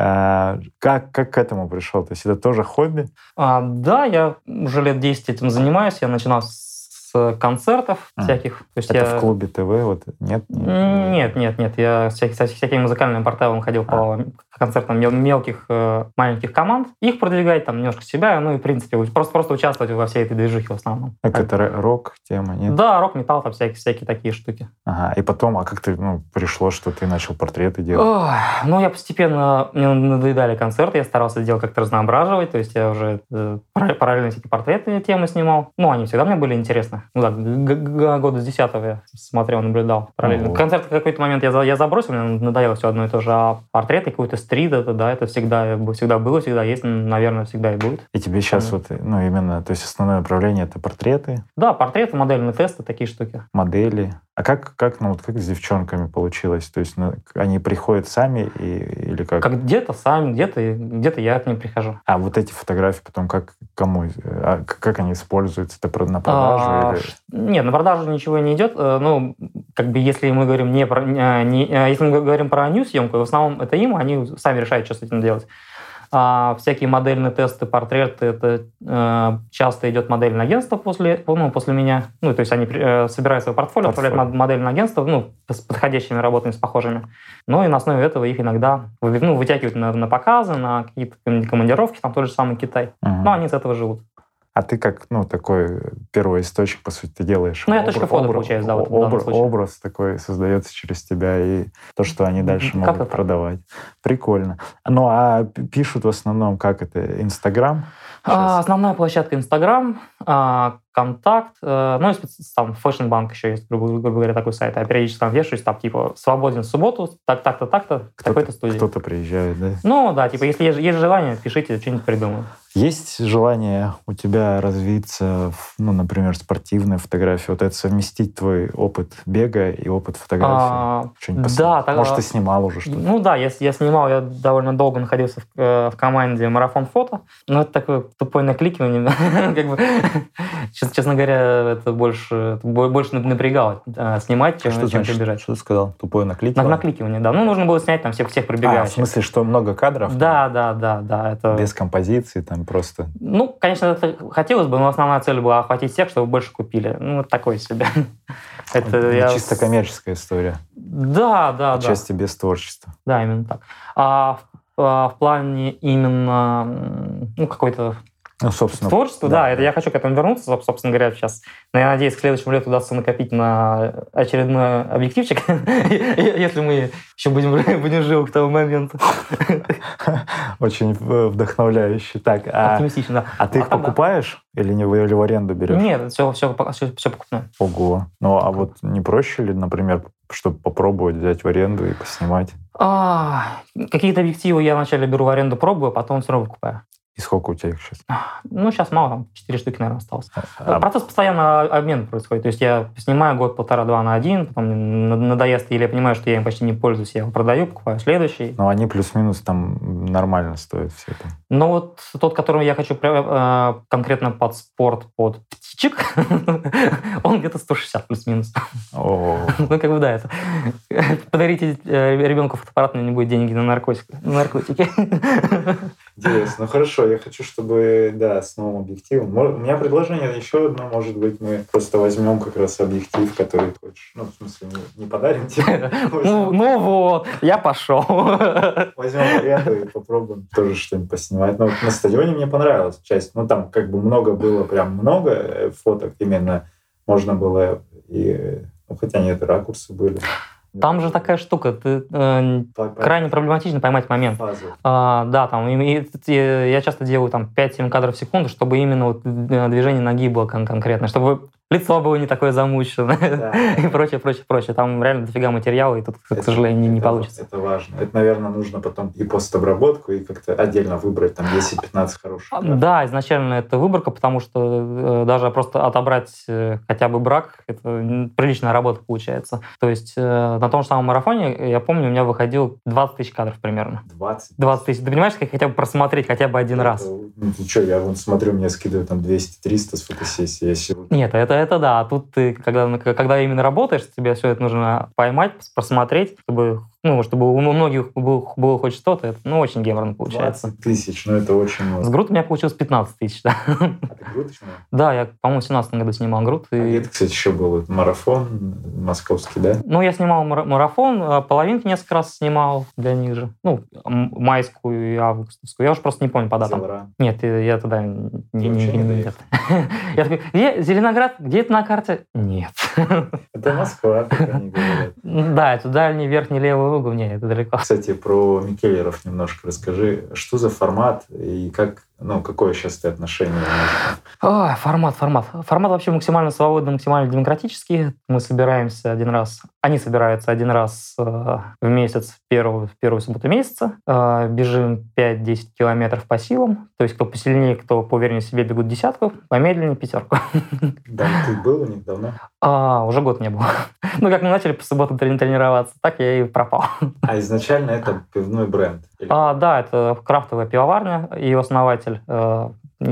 да. Как к этому пришел? То есть это тоже хобби? Да, я уже лет десять этим занимаюсь. Я начинал с концертов а, всяких. То есть это я... в клубе ТВ? Вот, нет? Нет, нет, нет. Я с всякими музыкальными порталами ходил а. по концертам мелких, маленьких команд. Их продвигать, там, немножко себя, ну и, в принципе, просто, просто участвовать во всей этой движухе в основном. Так а это рок-тема, нет? Да, рок-металл, там всякие, всякие такие штуки. Ага, и потом, а как ты, ну, пришло, что ты начал портреты делать? Ох, ну, я постепенно, мне надоедали концерты, я старался делать как-то разноображивать, то есть я уже э, параллельно всякие портретные темы снимал. Ну, они всегда мне были интересны. Ну да, года с десятого я смотрел, наблюдал параллельно. Концерты в какой-то момент я, я забросил, мне надоело все одно и то же, а портреты, какой-то стрит, это, да, это всегда, всегда было, всегда есть, наверное, всегда и будет. И тебе сейчас вот, ну, именно, то есть основное направление — это портреты? Да, портреты, модельные тесты, такие штуки. Модели. А как, как, ну, вот как с девчонками получилось? То есть ну, они приходят сами и, или как? Как где-то сами, где-то, где-то я к ним прихожу. А вот эти фотографии потом как кому? А как они используются? Это на продажу? А, или... Нет, на продажу ничего не идет. Ну, как бы если мы говорим не про, не, если мы говорим про нью-съемку, в основном это им, они сами решают, что с этим делать. А всякие модельные тесты, портреты, это э, часто идет модельное агентство после, ну, после меня. Ну, то есть они э, собирают свое портфолио, портфолио. отправляют модельное агентство, ну, с подходящими работами, с похожими. Ну, и на основе этого их иногда ну, вытягивают на, на показы, на какие-то командировки, там тот же самый Китай. Угу. Но они с этого живут. А ты как, ну, такой первый источник, по сути, ты делаешь. Ну, я точка входа, получается, да, в данном случае. Образ такой создается через тебя, и то, что они дальше как могут продавать. Прикольно. Ну, а пишут в основном, как это, Инстаграм? А, основная площадка Инстаграм, а, Контакт, а, ну, и там Fashion Bank еще есть, грубо, грубо говоря, такой сайт. Я периодически там вешаюсь, там, типа, свободен в субботу, так, так-то, так-то, в такой-то студии. Кто-то приезжает, да? Ну, да, типа, если есть, есть желание, пишите, что-нибудь придумаю. Есть желание у тебя развиться, в, ну, например, спортивная фотография, вот это совместить твой опыт бега и опыт фотографии? А, что-нибудь да. Так, Может, ты снимал уже что-то? Ну да, я, я снимал, я довольно долго находился в, в команде «Марафон фото», но это такое тупое накликивание. как бы, честно говоря, это больше, больше напрягало снимать, чем, что чем значит, бежать. Что ты сказал? Тупое накликивание? Накликивание, да. Ну, нужно было снять там всех, всех пробегающих. А, в смысле, что много кадров? Да, да, да. да это... Без композиции там просто? Ну, конечно, это хотелось бы, но основная цель была охватить всех, чтобы больше купили. Ну, вот такое себе. это это я... чисто коммерческая история. Да, да, да. Части без творчества. Да, именно так. А в, в плане именно ну, какой-то ну, собственно, творчество, да, да, это я хочу к этому вернуться, собственно говоря, сейчас. Но я надеюсь, к следующему лету удастся накопить на очередной объективчик, если мы еще будем, будем живы к тому моменту. Очень вдохновляюще. Так, а, оптимистично, да. А ты их покупаешь или, не, или в аренду берешь? Нет, все, все, все, все покупное. Ого. Ну, а вот не проще ли, например, чтобы попробовать взять в аренду и поснимать? А, какие-то объективы я вначале беру в аренду, пробую, а потом все равно покупаю. И сколько у тебя их сейчас? Ну, сейчас мало, там четыре штуки, наверное, осталось. А... Процесс постоянно обмен происходит. То есть я снимаю год, полтора-два на один, потом мне надоест, или я понимаю, что я им почти не пользуюсь, я его продаю, покупаю следующий. Но они плюс-минус там нормально стоят все это. Ну, вот тот, который я хочу э, конкретно под спорт, под птичек, он где-то сто шестьдесят плюс-минус. Ну, как бы да, это... Подарите ребенку фотоаппарат, у него не будет денег на наркотики. Интересно. Ну хорошо, я хочу, чтобы, да, с новым объективом. У меня предложение еще одно, может быть, мы просто возьмем как раз объектив, который ты хочешь. Ну, в смысле, не, не подарим тебе. Ну, ну вот, я пошел. Возьмем аренду и попробуем тоже что-нибудь поснимать. Ну, на стадионе мне понравилась часть. Ну, там как бы много было, прям много фоток именно. Можно было и... Ну, хотя нет, ракурсы были. Там же такая штука, ты, э, крайне проблематично поймать момент. А, да, там и, и, я часто делаю там пять-семь кадров в секунду, чтобы именно вот движение ноги было кон- конкретно, чтобы лицо было не такое замученное, да, и прочее, прочее, прочее. Там реально дофига материала, и тут, это, к сожалению, это, не получится. Это важно. Это, наверное, нужно потом и постобработку, и как-то отдельно выбрать там десять-пятнадцать хороших. Да, да, изначально это выборка, потому что э, даже просто отобрать э, хотя бы брак, это приличная работа получается. То есть э, на том же самом марафоне, я помню, у меня выходил двадцать тысяч кадров примерно. двадцать? двадцать тысяч. Ты понимаешь, как хотя бы просмотреть хотя бы один это, раз? Ну ты что, я вон смотрю, мне скидывают там двести-триста с фотосессии. Я сегодня... Нет, это это да, а тут ты, когда, когда именно работаешь, тебе все это нужно поймать, просмотреть, чтобы, ну, чтобы у многих было, было хоть что-то, это, ну, очень геморно получается. двадцать тысяч, ну это очень много. С груд у меня получилось пятнадцать тысяч, да. А ты груд снимал? Да, я, по-моему, в семнадцатом году снимал груд. А и... это, кстати, еще был марафон московский, да? Ну, я снимал марафон, половинки несколько раз снимал для них же. Ну, майскую и августовскую. Я уже просто не помню по датам. Зелра. Нет, я тогда не... не, не, не, не я такой, где Зеленоград? Где это на карте? Нет. Это Москва, как они говорят. Да, это дальний, верхний, левый угол. Нет, это далеко. Кстати, про Микеллеров немножко расскажи. Что за формат и как, ну, какое сейчас ты отношение? Ой, формат, формат. Формат вообще максимально свободный, максимально демократический. Мы собираемся один раз, они собираются один раз э, в месяц, в первую, в первую субботу месяца. Э, бежим пять-десять километров по силам. То есть кто посильнее, кто поувереннее в себе, бегут десятку, помедленнее пятерку. Да, ты был у них давно? А, уже год не был. Ну, как мы начали по субботам тренироваться, так я и пропал. А изначально это пивной бренд? А, да, это крафтовая пивоварня. Ее основатель э,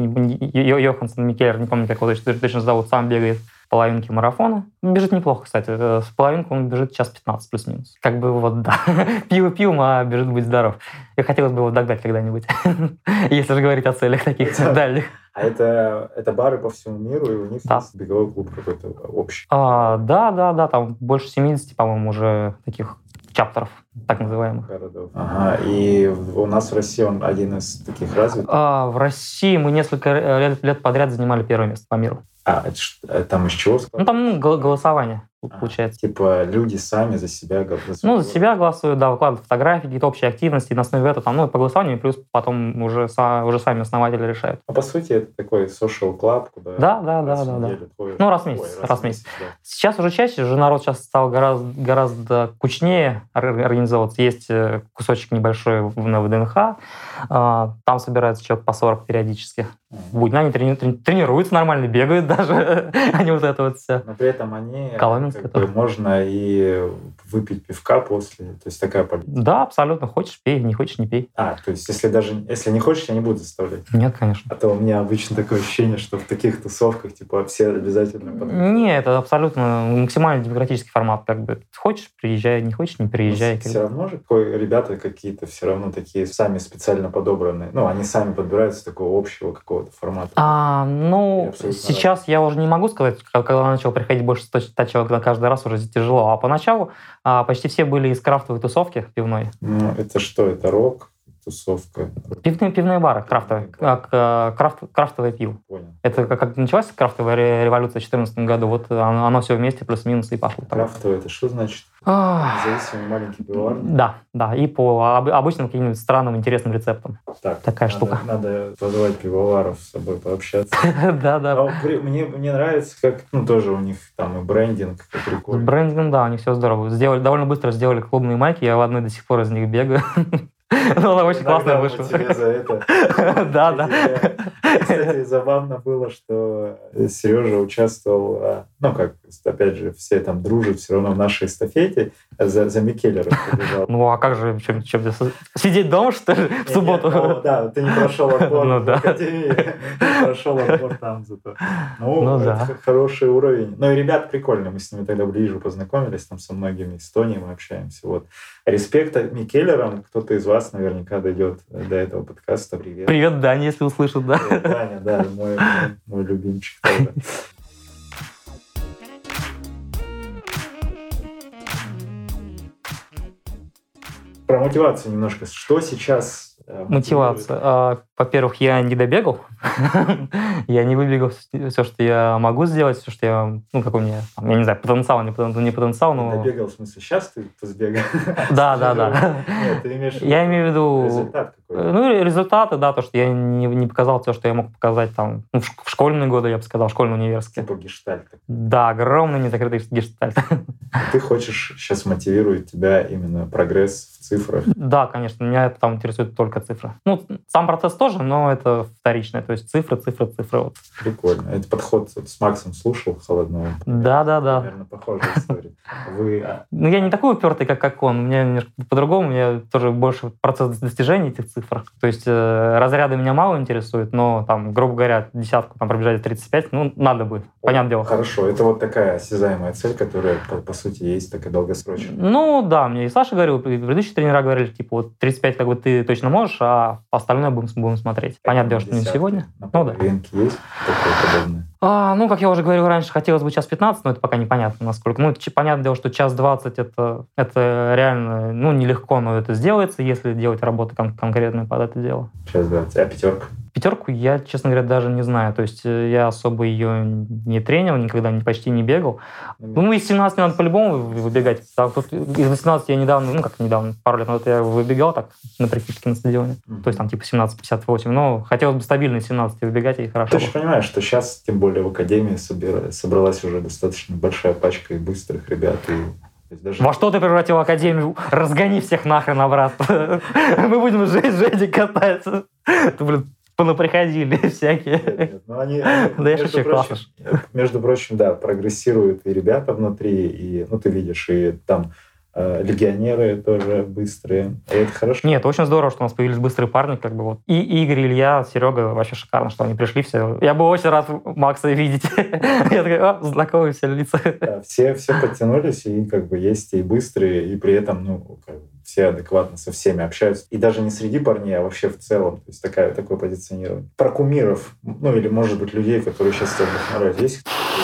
Йоханссон Микеллер, не помню, как его точно, точно зовут, сам бегает половинки марафона. Бежит неплохо, кстати. С половинку он бежит час пятнадцать плюс-минус. Как бы вот, да. Пиво-пиво, а бежит быть здоров. И хотелось бы его догнать когда-нибудь. Если же говорить о целях таких дальних. А это, это бары по всему миру, и у них да. есть беговой клуб какой-то общий? А, да, да, да. Там больше семидесяти, по-моему, уже таких чаптеров, так называемых. Городов. Ага, и у нас в России он один из таких развитых? А, в России мы несколько лет, лет подряд занимали первое место по миру. А, это, там из чего? Ну, там ну, голосование получается. А, типа люди сами за себя голосуют? Ну, за себя голосуют, да, выкладывают фотографии, какие-то общие активности, на основе этого там, ну, по голосованию, плюс потом уже, уже сами основатели решают. Ну, по сути, это такой social club, куда да, да, да, да, да. Ну, раз в месяц, Ой, раз, раз в месяц. месяц да. Сейчас уже чаще, уже народ сейчас стал гораздо, гораздо кучнее организовываться. Есть кусочек небольшой в ВДНХ, там собирается человек по сорок периодически. В будни они трени- трени- тренируются нормально, бегают даже, а не вот это вот все. Но при этом они, как бы, можно и выпить пивка после, то есть такая политика. Да, абсолютно. Хочешь — пей, не хочешь — не пей. А, то есть если даже, если не хочешь, я не буду заставлять? Нет, конечно. А то у меня обычно такое ощущение, что в таких тусовках, типа, все обязательно... Нет, это абсолютно максимально демократический формат, как бы. Хочешь — приезжай, не хочешь — не приезжай. Все равно же ребята какие-то все равно такие сами специально подобранные, ну, они сами подбираются такого общего какого-то формата. А, ну, сейчас разный. Я уже не могу сказать, когда начал приходить больше ста человек на каждый раз, уже тяжело. А поначалу а, почти все были из крафтовой тусовки пивной. Ну, это что? Это рок? Тусовка? Пивные, пивные бары, крафтовые. Как, крафт, крафтовое пиво. Понял. Это как, как началась крафтовая революция в две тысячи четырнадцатом году, вот оно, оно все вместе, плюс-минус, и пошло. Крафтовое, это что значит? Независимый маленький пивоварни? Да, да, и по обычным каким-нибудь странным, интересным рецептам. Так, такая надо, штука. Надо позвать пивоваров с собой пообщаться. Да, да. Мне нравится, как, ну, тоже у них там и брендинг, прикольно. Брендинг, да, у них все здорово. Сделали, довольно быстро сделали клубные майки, я в одной до сих пор из них бегаю. Ну, она очень классная вышла. Тебе за это. Да, да. Кстати, забавно было, что Сережа участвовал, ну, как, опять же, все там дружат все равно в нашей эстафете, за, за Микеллера побежал. Ну, а как же, чем, чем сидеть дома, что ли, в субботу? Нет, ну, да, ты не прошел отбор ну, в да. Академии, прошел отбор там зато. Ну, ну это да. хороший уровень. Ну, и ребят прикольно, мы с ними тогда ближе познакомились, там со многими, из Эстонии мы общаемся. Вот. Респект Микеллерам, кто-то из вас наверняка дойдет до этого подкаста. Привет. Привет, Даня, если услышит, да. Привет, Даня, да, мой, мой, мой любимчик тоже. Про мотивацию немножко. Что сейчас Мотивация. А, во-первых, я не добегал. я не выбегал все, что я могу сделать, все, что я, ну, как у меня, там, я не знаю, потенциал, не потенциал, не потенциал, но... Добегал, в смысле, сейчас ты сбегал? Да, да, да. Нет, ты имеешь в виду Я имею в виду... результат какой-то? Ну, результаты, да, то, что я не, не показал то, что я мог показать там ну, в школьные годы, я бы сказал, школьно-университет. Типа гештальт. Да, огромный незакрытый гештальт. Ты хочешь, сейчас мотивирует тебя именно прогресс в цифрах? Да, конечно, меня это там интересует только цифры. Ну, сам процесс тоже, но это вторичное, то есть цифры, цифры, цифры. Вот. Прикольно. Это подход вот, с Максом слушал Холодновым. Да, да, да. Примерно похожая история. Вы... Ну, я не такой упертый, как, как он. Мне немножко по-другому, мне тоже больше процесс достижения этих цифр. То есть э, разряды меня мало интересуют, но там, грубо говоря, десятку там пробежать тридцать пять, ну, надо бы, понятное дело. Хорошо, это вот такая осязаемая цель, которая, по, по сути, есть такая долгосрочная. Ну, да, мне и Саша говорил, и предыдущие тренера говорили, типа, вот тридцать пять как бы ты точно можешь, а остальное будем, будем смотреть. Понятное дело, что не сегодня. На Ну, да. рынке есть такое подобное? А, ну, как я уже говорил раньше, хотелось бы час пятнадцать, но это пока непонятно, насколько. Ну, понятное дело, что час двадцать это, это реально, ну, нелегко, но это сделается, если делать работу кон- конкретную под это дело. час двадцать. А пятерка? Пятерку я, честно говоря, даже не знаю. То есть я особо ее не тренил, никогда почти не бегал. Ну, из семнадцати надо по-любому выбегать. Так, тут из восемнадцати я недавно, ну, как недавно, пару лет назад я выбегал так на прикидке на стадионе. Mm-hmm. То есть там типа семнадцать пятьдесят восемь. Но хотелось бы стабильно из семнадцати выбегать, и хорошо. Ты же понимаешь, что сейчас, тем более в Академии, собралась уже достаточно большая пачка и быстрых ребят, и даже... Во что ты превратил Академию? Разгони всех нахрен обратно. Мы будем жить, жить и кататься. Ты, блин, понаприходили всякие. Нет, нет, но они, они да я шучу, классно. Между прочим, да, прогрессируют и ребята внутри, и, ну, ты видишь, и там э, легионеры тоже быстрые, и это хорошо. Нет, очень здорово, что у нас появились быстрые парни, как бы вот. И Игорь, Илья, Серега, вообще шикарно, что они пришли все. Я был очень рад Макса видеть. Я такой, о, знакомые все лица. Да, все, все подтянулись, и как бы есть и быстрые, и при этом, ну, как бы, все адекватно со всеми общаются. И даже не среди парней, а вообще в целом. То есть такая, такое позиционирование. Про кумиров, ну или, может быть, людей, которые сейчас тебя вдохновляют. Есть?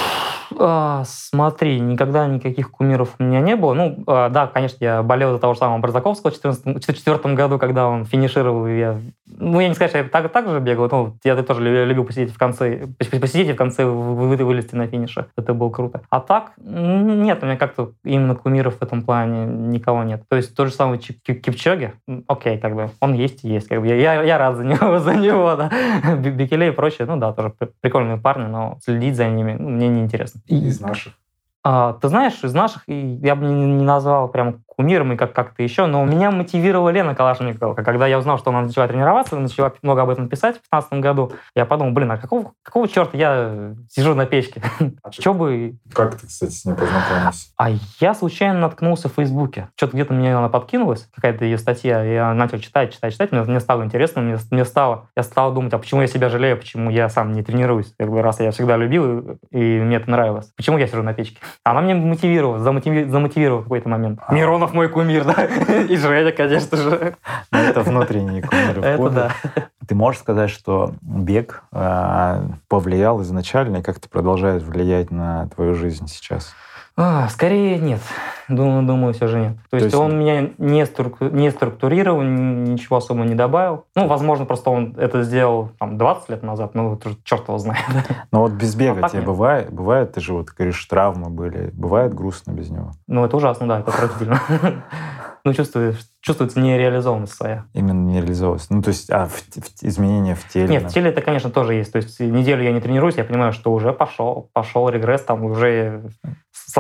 А, смотри, никогда никаких кумиров у меня не было. Ну, а, да, конечно, я болел за того же самого Барзаковского в две тысячи четвёртом году, когда он финишировал, и я... Ну, я не сказать, что я так, так же бегал, но я тоже любил посидеть в конце, посидеть и в конце вы, вылезти на финише. Это было круто. А так, нет, у меня как-то именно кумиров в этом плане никого нет. То есть тот же самый Кипчоги, окей, как бы, он есть и есть. Как бы. я, я, я рад за него, за него, да. Бекеле и прочее, ну да, тоже прикольные парни, но следить за ними ну, мне неинтересно. Из наших. А, ты знаешь, из наших, я бы не, не назвал прям кумиром и как- как-то еще, но меня мотивировала Лена Калашникова. Когда я узнал, что она начала тренироваться, начала много об этом писать в две тысячи пятнадцатом году, я подумал, блин, а какого, какого черта я сижу на печке? А Что бы... Как ты, кстати, с ней познакомился? А я случайно наткнулся в Фейсбуке. Что-то где-то мне она подкинулась, какая-то ее статья, я начал читать, читать, читать, мне, мне стало интересно, мне, мне стало, я стал думать, а почему я себя жалею, почему я сам не тренируюсь, как бы, раз я всегда любил, и, и мне это нравилось. Почему я сижу на печке? Она мне мотивировала, замотиви, замотивировала в какой-то момент. А. Миронов мой кумир, да? И Женя, конечно же. Это внутренние кумиры. Это да. Ты можешь сказать, что бег э, повлиял изначально, и как это продолжает влиять на твою жизнь сейчас? А, скорее нет. Думаю, думаю, все же нет. То, То есть, есть он меня не, структу... не структурировал, ничего особо не добавил. Ну, возможно, просто он это сделал там, двадцать лет назад, ну, это черт его знает. Но вот без бега а тебе бывает, бывает, ты же вот говоришь, травмы были, бывает грустно без него? Ну, это ужасно, да, это отвратительно. Ну, чувствуешь, чувствуется нереализованность своя. Именно нереализованность. Ну, то есть, а в, в, изменения в теле? Нет, в теле это, конечно, тоже есть. То есть неделю я не тренируюсь, я понимаю, что уже пошел, пошел регресс, там уже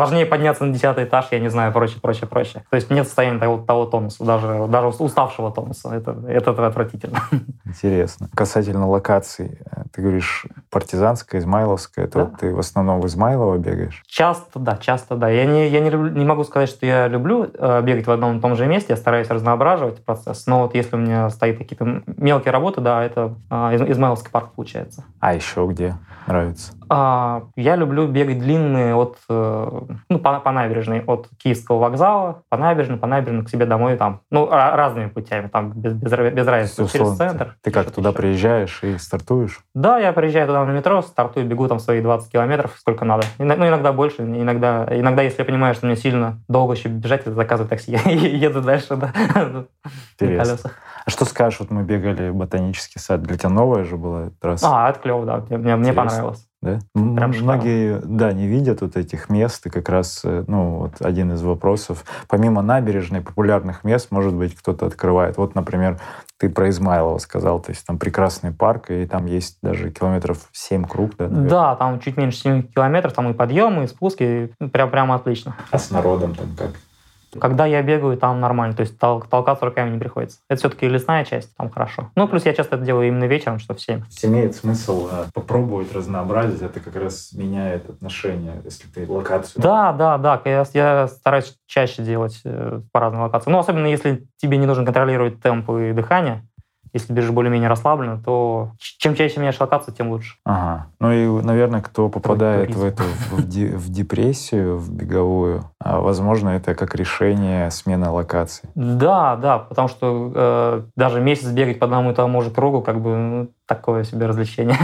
сложнее подняться на десятый этаж, я не знаю, прочее, прочее, прочее. То есть нет состояния того, того тонуса, даже, даже уставшего тонуса. Это, это отвратительно. Интересно. Касательно локаций, ты говоришь, партизанская, измайловская, это да. Вот ты в основном в Измайлово бегаешь? Часто, да, часто, да. Я не, я не, люблю, не могу сказать, что я люблю э, бегать в одном и том же месте, я стараюсь разноображивать процесс, но вот если у меня стоят какие-то мелкие работы, да, это э, Измайловский парк получается. А еще где нравится? А, я люблю бегать длинные от, э, ну, по, по набережной, от Киевского вокзала, по набережной, по набережной к себе домой, там, ну, разными путями, там, без, без, без разницы, через центр. Ты как, туда еще приезжаешь и стартуешь? Да, я приезжаю туда на метро, стартую, бегу там свои двадцать километров, сколько надо. Ну, иногда больше, иногда, иногда, если я понимаю, что мне сильно долго еще бежать, я заказываю такси, еду дальше, да, на колесах. А что скажешь, вот мы бегали в ботанический сад, для тебя новая же была трасса? А, это клево, да, мне, мне понравилось. Да? Прям Многие, да, не видят вот этих мест, и как раз, ну, вот один из вопросов. Помимо набережной, популярных мест, может быть, кто-то открывает. Вот, например, ты про Измайлово сказал, то есть там прекрасный парк, и там есть даже километров семь круг, да? Наверное? Да, там чуть меньше семи километров, там и подъемы, и спуски, прям, прямо отлично. А с народом там как? Когда я бегаю, там нормально, то есть тол- толкаться руками не приходится. Это все-таки лесная часть, там хорошо. Ну, плюс я часто это делаю именно вечером, что в семь. Имеет смысл а, попробовать разнообразить, это как раз меняет отношение, если ты локацию... Да, да, да, я, я стараюсь чаще делать э, по разным локациям. Ну, особенно если тебе не нужно контролировать темп и дыхание. Если бежишь более-менее расслабленно, то чем чаще меняешь локацию, тем лучше. Ага. Ну и, наверное, кто попадает в эту в, ди, в депрессию, в беговую, возможно, это как решение смены локации. Да, да, потому что э, даже месяц бегать по одному и тому же кругу, как бы ну, такое себе развлечение.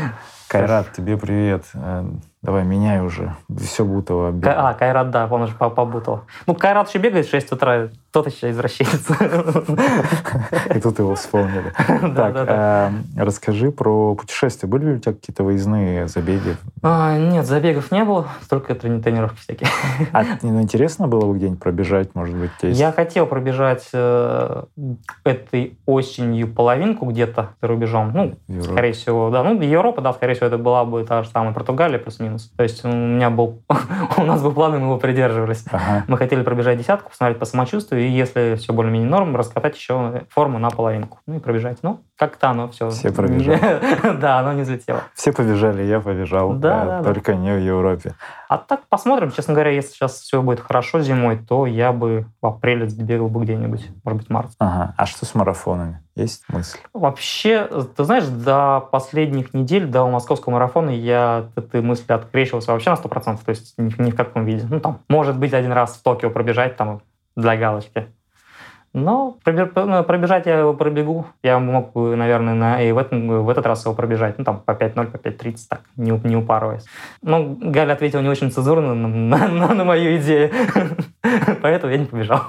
Кайрат, тебе привет. Давай, меняй уже. Все Бутово. К... А, Кайрат, да, он же по, по Бутово. Ну, Кайрат еще бегает в шесть утра, тот еще извращенец. И тут его вспомнили. Так, расскажи про путешествия. Были ли у тебя какие-то выездные забеги? Нет, забегов не было, только тренировки всякие. А интересно было бы где-нибудь пробежать, может быть? Я хотел пробежать этой осенью половинку где-то за рубежом. Ну, скорее всего, да. Ну, Европа, да, скорее всего, это была бы та же самая Португалия плюс-минус. То есть у меня был, у нас был план, и мы его придерживались. Ага. Мы хотели пробежать десятку, посмотреть по самочувствию, и если все более-менее норм, раскатать еще форму на половинку. Ну и пробежать. Ну, как-то оно все... Все пробежали. Да, оно не взлетело. Все побежали, я побежал. Да, только не в Европе. А так посмотрим. Честно говоря, если сейчас все будет хорошо зимой, то я бы в апреле бегал бы где-нибудь, может быть, март. Ага. А что с марафонами? Есть мысль? Вообще, ты знаешь, до последних недель, до московского марафона я от этой мысли открещивался вообще на сто процентов, то есть ни, ни в каком виде. Ну, там, может быть, один раз в Токио пробежать там для галочки. Но пробежать я его пробегу. Я мог бы, наверное, на, и в, этом, в этот раз его пробежать. Ну, там, по пять ноль, по пять тридцать, так, не, не упарываясь. Но Галя ответила не очень цензурно на, на, на, на мою идею. Поэтому я не побежал.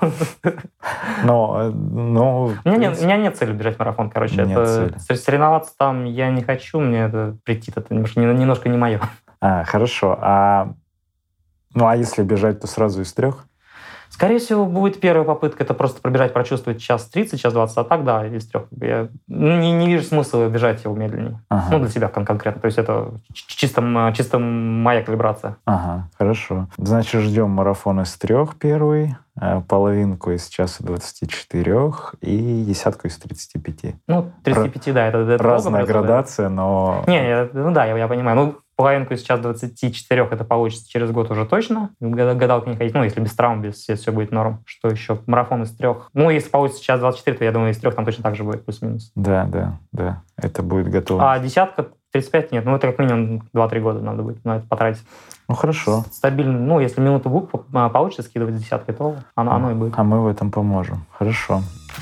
Но, но, у, меня нет, у меня нет цели бежать марафон, короче. Это, соревноваться там я не хочу, мне это претит. Это немножко, немножко не мое. А, хорошо. А, ну, а если бежать, то сразу из трех? Скорее всего, будет первая попытка, это просто пробежать, прочувствовать час тридцать, час двадцать, а так, да, из трех. Я не, не вижу смысла бежать его медленнее. Ага. Ну, для себя конкретно. То есть это чисто, чисто моя калибрация. Ага, хорошо. Значит, ждем марафон из трех первый, половинку из часа двадцати четырех и десятку из тридцати пяти. Ну, тридцать пять, Р- да, это, это разная градация, но... Не, ну да, я, я понимаю. Ну, половинку из часа двадцати четырех это получится через год уже точно. Гадалки не ходить. Ну, если без травм, без все, все будет норм. Что еще? Марафон из трех. Ну, если получится час двадцать четыре, то я думаю, из трех там точно так же будет, плюс-минус. Да, да, да. Это будет готово. А десятка тридцать пять нет. Ну, это как минимум два-три года надо будет на это потратить. Ну, хорошо. Стабильно. Ну, если минуту бук получится скидывать с десяткой, то оно, оно и будет. А мы в этом поможем. Хорошо.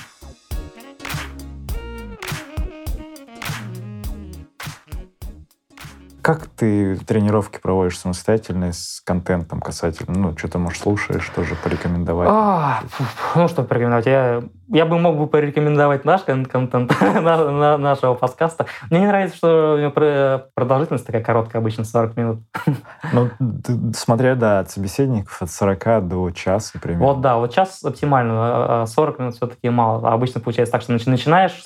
Как ты тренировки проводишь самостоятельно с контентом касательно? Ну, что ты, может, слушаешь, тоже порекомендовать? А, ну, что порекомендовать? Я, я бы мог бы порекомендовать наш контент на, на, нашего подкаста. Мне не нравится, что продолжительность такая короткая, обычно сорок минут. Ну, ты, смотря, да, от собеседников от сорока до часа примерно. Вот, да, вот час оптимально, сорок минут все-таки мало. А обычно получается так, что начинаешь слушать.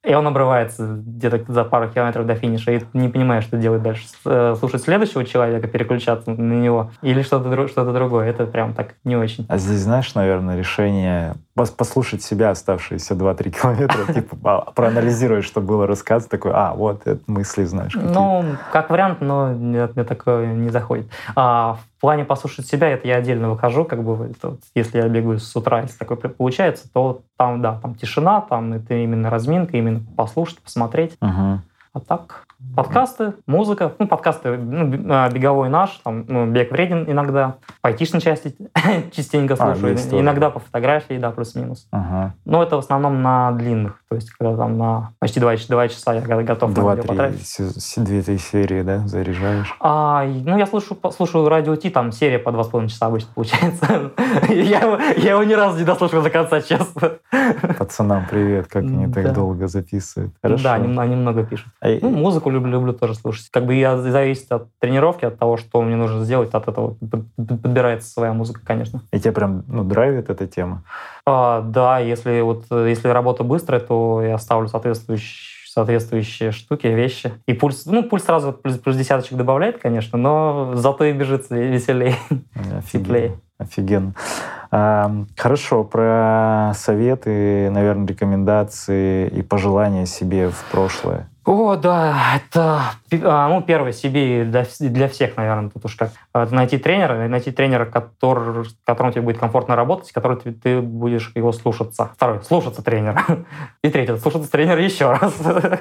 и он обрывается где-то за пару километров до финиша, и не понимаешь, что делать дальше. Слушать следующего человека, переключаться на него, или что-то, что-то другое. Это прям так не очень. А здесь, знаешь, наверное, решение послушать себя оставшиеся два-три километра, типа проанализировать, что было рассказано, такой, а, вот, это мысли, знаешь, какие. Ну, как вариант, но мне такое не заходит. А в плане послушать себя, это я отдельно выхожу, как бы, это, если я бегаю с утра, если такое получается, то там, да, там тишина, там это именно разминка, именно послушать, посмотреть. Угу. А так, подкасты, музыка. Ну, подкасты, ну, беговой наш, там, ну, бег вреден иногда. По айтишной части частенько слушаю. А, иногда по фотографии, да, плюс-минус. Ага. Но это в основном на длинных. То есть, когда там на почти два, два часа я готов на видео потратить. Две-три серии, да, заряжаешь? А, ну, я слушаю, слушаю радио Ти, там серия по два с половиной часа обычно получается. я, его, я его ни разу не дослушал до конца, честно. Пацанам привет, как они так долго записывают. Хорошо. Да, они, они много пишут. А ну, музыку люблю, люблю тоже слушать. Как бы я зависит от тренировки, от того, что мне нужно сделать, от этого подбирается своя музыка, конечно. И тебя прям, ну, драйвит эта тема? А, да, если вот если работа быстрая, то я ставлю соответствующие, соответствующие штуки, вещи. И пульс, ну, пульс сразу плюс, плюс десяточек добавляет, конечно, но зато и бежит веселее, светлее. Офигенно. А, хорошо, про советы, наверное, рекомендации и пожелания себе в прошлое. О, да, это, ну, первое, себе для, для всех, наверное, тут уж как. Найти тренера, найти тренера, который, с которым тебе будет комфортно работать, который ты, ты будешь его слушаться. Второе, слушаться тренера. И третье, слушаться тренера еще раз.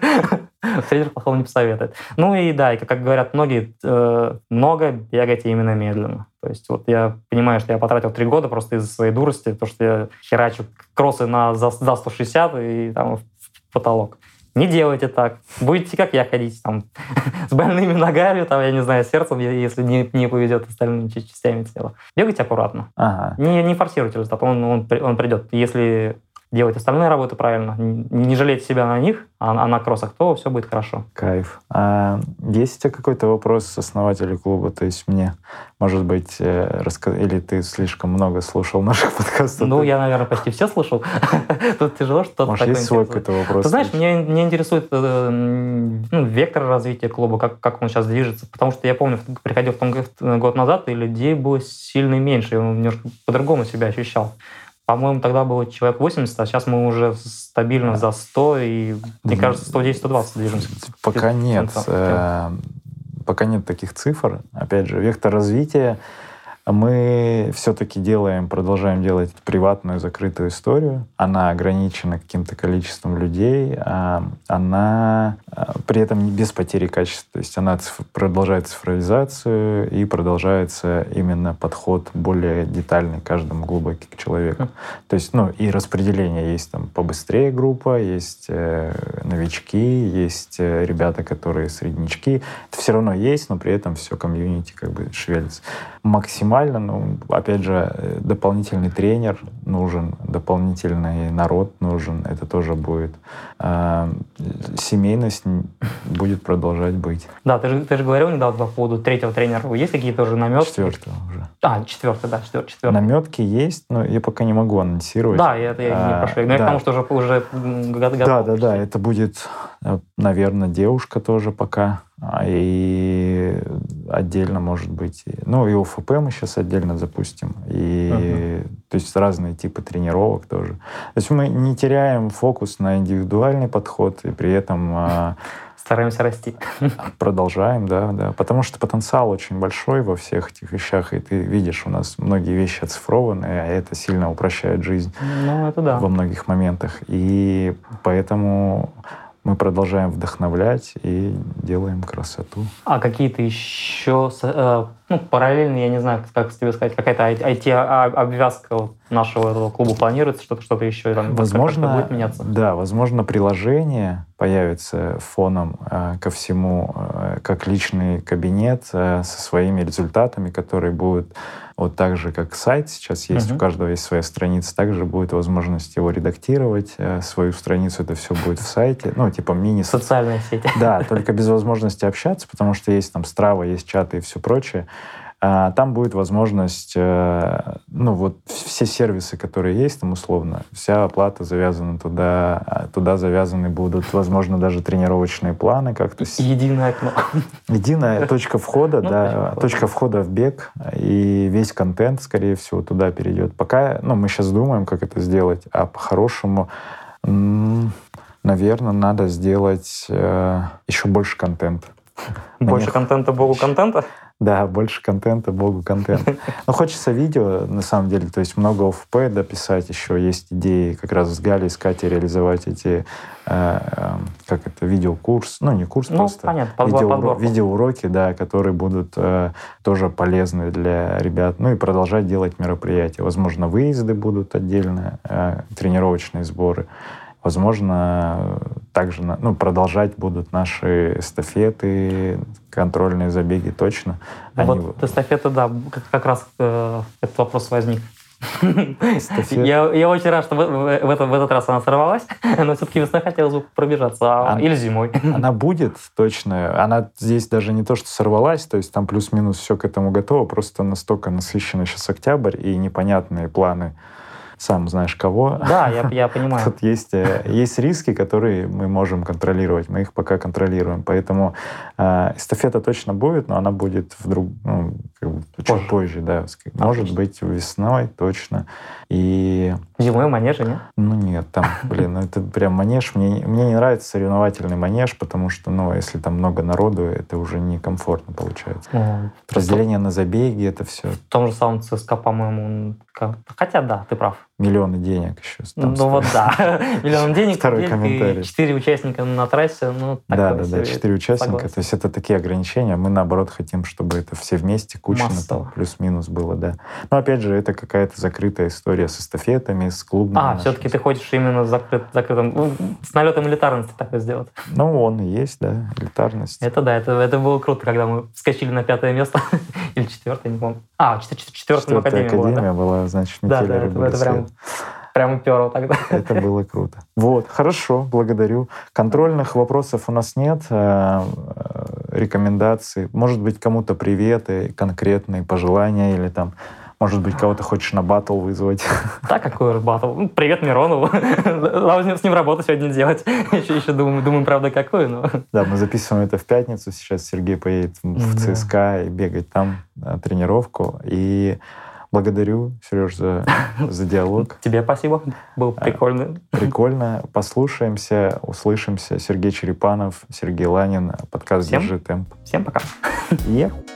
Тренер плохого не посоветует. Ну и да, и как говорят многие, много бегайте именно медленно. То есть вот я понимаю, что я потратил три года просто из-за своей дурости, то, что я херачу кроссы на, за, за сто шестьдесят и там в потолок. Не делайте так. Будете, как я, ходить там с больными ногами, там, я не знаю, сердцем, если не, не повезет остальными частями тела. Бегайте аккуратно. Ага. Не, не форсируйте результат, он, он, он придет. Если делать остальные работы правильно, не, не жалейте себя на них, а, а на кроссах, то все будет хорошо. Кайф. А есть у тебя какой-то вопрос с основателя клуба? То есть мне, может быть, раска... или ты слишком много слушал наших подкастов? Ну, я, наверное, почти все слушал. Тут тяжело что-то такое. Может, есть свой какой-то вопрос? Ты знаешь, меня, меня интересует ну, вектор развития клуба, как, как он сейчас движется. Потому что я помню, приходил в том год назад, и людей было сильно меньше, и он немножко по-другому себя ощущал. По-моему, тогда было человек восемьдесят, а сейчас мы уже стабильно за сто, и, мне кажется, сто десять - сто двадцать движемся. Пока нет. Э, пока нет таких цифр. Опять же, вектор развития. Мы все-таки делаем, продолжаем делать приватную закрытую историю. Она ограничена каким-то количеством людей. Она при этом не без потери качества. То есть она продолжает цифровизацию и продолжается именно подход более детальный каждому глубокий к человеку. То есть, ну, и распределение есть там побыстрее группа, есть э, новички, есть э, ребята, которые среднячки. Это все равно есть, но при этом все комьюнити как бы шевелится. Максимально, ну, опять же, дополнительный тренер нужен, дополнительный народ нужен. Это тоже будет. Э, семейность будет продолжать быть. Да, ты же, ты же говорил недавно по поводу третьего тренера. Есть какие-то уже наметки? Четвертого уже. А, четвертый, да, четвертый. четвертый. Наметки есть, но я пока не могу анонсировать. Да, это я а, не прошу. Но да. Я к тому, что уже, уже готов. Да, да, да. Это будет, наверное, девушка тоже пока. И отдельно, может быть. Ну, и ОФП мы сейчас отдельно запустим. И, uh-huh. То есть разные типы тренировок тоже. То есть мы не теряем фокус на индивидуальный подход, и при этом... Стараемся расти. Продолжаем, да, да. Потому что потенциал очень большой во всех этих вещах. И ты видишь, у нас многие вещи оцифрованы, а это сильно упрощает жизнь ну, это да. во многих моментах. И поэтому мы продолжаем вдохновлять и делаем красоту. А какие-то еще ну, параллельно, я не знаю, как тебе сказать, какая-то ай ти-обвязка нашего этого клуба планируется, что-то, что-то еще там возможно, как-то будет меняться? Да, возможно, приложение появится фоном э, ко всему, э, как личный кабинет э, со своими результатами, которые будут вот так же, как сайт сейчас есть, uh-huh. у каждого есть своя страница, также будет возможность его редактировать, э, свою страницу, это все будет в сайте, ну, типа мини... Социальные сети. Да, только без возможности общаться, потому что есть там Strava, есть чаты и все прочее. там будет возможность, ну вот все сервисы, которые есть, там условно, вся оплата завязана туда, туда завязаны будут, возможно, даже тренировочные планы как-то. Единое окно. Единая точка входа, да, точка входа в бег, и весь контент, скорее всего, туда перейдет. Пока, ну, мы сейчас думаем, как это сделать, а по-хорошему, наверное, надо сделать еще больше контента. Больше контента, богу контента? Да, больше контента, богу контента. Ну, хочется видео, на самом деле, то есть много ОФП дописать еще, есть идеи как раз с Галей, с Катей реализовать эти, э, как это, видеокурс, ну, не курс, ну, просто понятно, подбор, видеоуро- подбор. видеоуроки, да, которые будут э, тоже полезны для ребят. Ну, и продолжать делать мероприятия. Возможно, выезды будут отдельно, э, тренировочные сборы. Возможно, также ну, продолжать будут наши эстафеты, контрольные забеги точно. Они... Вот эстафеты, да, как, как раз э, этот вопрос возник. Я, я очень рад, что в, в, в, этот, в этот раз она сорвалась, но все-таки весной хотелось бы пробежаться. А, она, или зимой. Она будет, точно. Она здесь даже не то, что сорвалась, то есть там плюс-минус все к этому готово, просто настолько насыщенный сейчас октябрь и непонятные планы. Сам знаешь кого. Да, я, я понимаю. Тут есть, есть риски, которые мы можем контролировать. Мы их пока контролируем. Поэтому э, эстафета точно будет, но она будет вдруг, ну, как бы, чуть позже. Да. Может Отлично. быть, весной точно. И... Зимой манеже, нет? Ну нет, там, блин, ну это прям манеж. Мне, мне не нравится соревновательный манеж, потому что, ну, если там много народу, это уже некомфортно получается. О, Разделение на забеги, это все. В том же самом ЦСКА, по-моему, хотя да, ты прав. Миллионы денег еще. Ну стоит. Вот да, миллион денег, Второй комментарий. Четыре участника на трассе. Ну, да, да, да, четыре участника. Согласен. То есть это такие ограничения. Мы, наоборот, хотим, чтобы это все вместе, кучно, там, плюс-минус было, да. Но, опять же, это какая-то закрытая история с эстафетами, с клубными. А, все-таки ты хочешь именно закрыт, закрытым, ну, с налетом элитарности такое сделать. Ну, он и есть, да, элитарность. Это да, это, это было круто, когда мы вскочили на пятое место. Или четвертое, не помню. А, четвертая академия была, академия была, значит, да, да, это, это прям... Прямо перо тогда. Это было круто. Вот, хорошо, благодарю. Контрольных вопросов у нас нет, рекомендаций. Может быть, кому-то приветы, конкретные пожелания или там, может быть, кого-то хочешь на баттл вызвать. Да, какой баттл? Ну, привет Миронову. Надо с ним работу сегодня делать. Еще, еще думаем, думаем, правда, какую, но... Да, мы записываем это в пятницу. Сейчас Сергей поедет в ЦСКА и бегать там тренировку. И благодарю, Сереж, за, за диалог. Тебе спасибо. Было прикольно. Прикольно. Послушаемся, услышимся. Сергей Черепанов, Сергей Ланин, подкаст Всем? «Держи темп». Всем пока. Yeah.